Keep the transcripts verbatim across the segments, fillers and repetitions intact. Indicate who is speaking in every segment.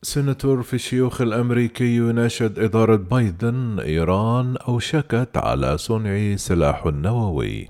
Speaker 1: سيناتور في الشيوخ الأمريكي يناشد إدارة بايدن إيران أوشكت على صنع سلاح نووي.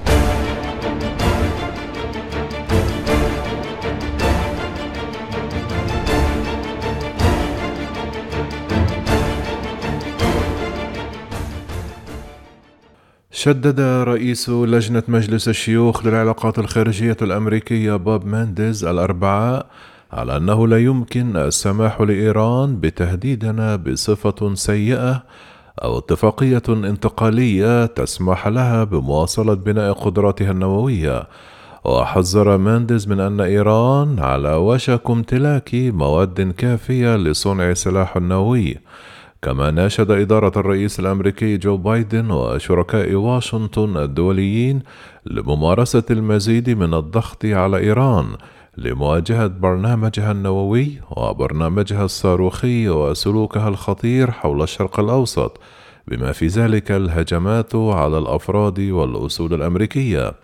Speaker 1: شدد رئيس لجنة مجلس الشيوخ للعلاقات الخارجية الأمريكية بوب مانديز الأربعاء على أنه لا يمكن السماح لإيران بتهديدنا بصفة سيئة أو اتفاقية انتقالية تسمح لها بمواصلة بناء قدراتها النووية. وحذر مانديز من أن إيران على وشك امتلاك مواد كافية لصنع سلاح نووي. كما ناشد إدارة الرئيس الأمريكي جو بايدن وشركاء واشنطن الدوليين لممارسة المزيد من الضغط على إيران لمواجهة برنامجها النووي وبرنامجها الصاروخي وسلوكها الخطير حول الشرق الأوسط، بما في ذلك الهجمات على الأفراد والأصول الأمريكية.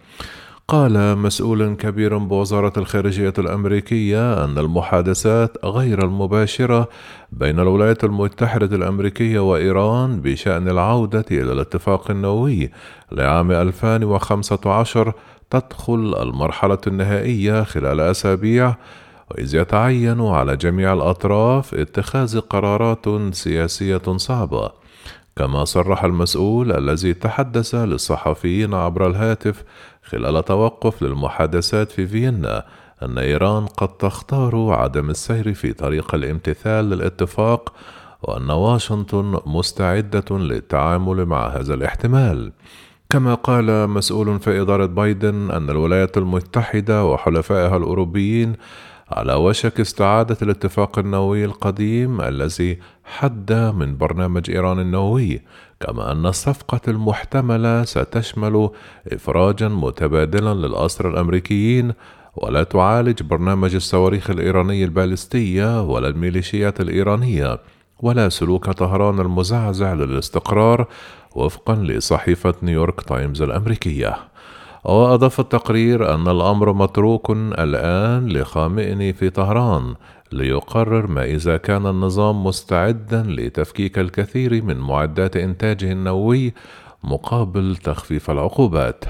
Speaker 1: قال مسؤول كبير بوزارة الخارجية الأمريكية أن المحادثات غير المباشرة بين الولايات المتحدة الأمريكية وإيران بشأن العودة إلى الاتفاق النووي لعام ألفين وخمسة عشر تدخل المرحلة النهائية خلال أسابيع، وإذ يتعين على جميع الأطراف اتخاذ قرارات سياسية صعبة. كما صرح المسؤول الذي تحدث للصحفيين عبر الهاتف خلال توقف للمحادثات في فيينا أن إيران قد تختار عدم السير في طريق الامتثال للاتفاق، وأن واشنطن مستعدة للتعامل مع هذا الاحتمال. كما قال مسؤول في إدارة بايدن أن الولايات المتحدة وحلفائها الأوروبيين على وشك استعادة الاتفاق النووي القديم الذي حد من برنامج إيران النووي، كما أن الصفقة المحتملة ستشمل إفراجا متبادلا للأسرى الأمريكيين، ولا تعالج برنامج الصواريخ الإيراني البالستية ولا الميليشيات الإيرانية ولا سلوك طهران المزعزع للاستقرار، وفقا لصحيفة نيويورك تايمز الأمريكية. وأضاف التقرير أن الأمر متروك الآن لخامئني في طهران ليقرر ما إذا كان النظام مستعدا لتفكيك الكثير من معدات إنتاجه النووي مقابل تخفيف العقوبات.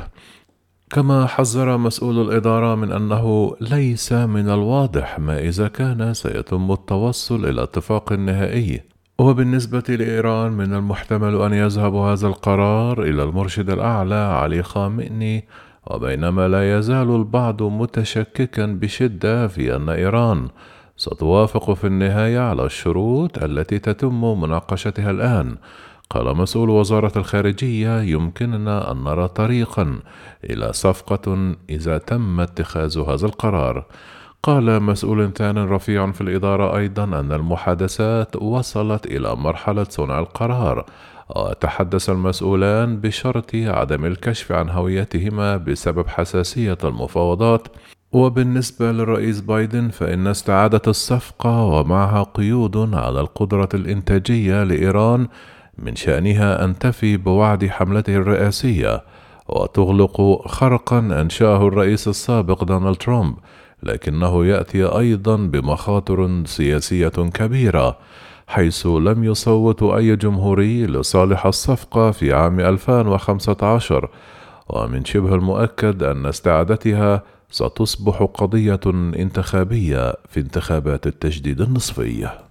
Speaker 1: كما حذر مسؤول الإدارة من أنه ليس من الواضح ما إذا كان سيتم التوصل إلى اتفاق نهائي، وبالنسبة لإيران من المحتمل أن يذهب هذا القرار إلى المرشد الأعلى علي خامئني، وبينما لا يزال البعض متشككا بشدة في أن إيران ستوافق في النهاية على الشروط التي تتم مناقشتها الآن. قال مسؤول وزارة الخارجية: يمكننا أن نرى طريقا إلى صفقة إذا تم اتخاذ هذا القرار. قال مسؤول ثان رفيع في الإدارة أيضا أن المحادثات وصلت إلى مرحلة صنع القرار، وتحدث المسؤولان بشرط عدم الكشف عن هويتهما بسبب حساسية المفاوضات. وبالنسبة للرئيس بايدن فإن استعادة الصفقة ومعها قيود على القدرة الإنتاجية لإيران من شأنها أن تفي بوعد حملته الرئاسية وتغلق خرقا أنشأه الرئيس السابق دونالد ترامب، لكنه يأتي أيضا بمخاطر سياسية كبيرة، حيث لم يصوت أي جمهوري لصالح الصفقة في عام ألفين وخمسة عشر، ومن شبه المؤكد أن استعادتها ستصبح قضية انتخابية في انتخابات التجديد النصفي.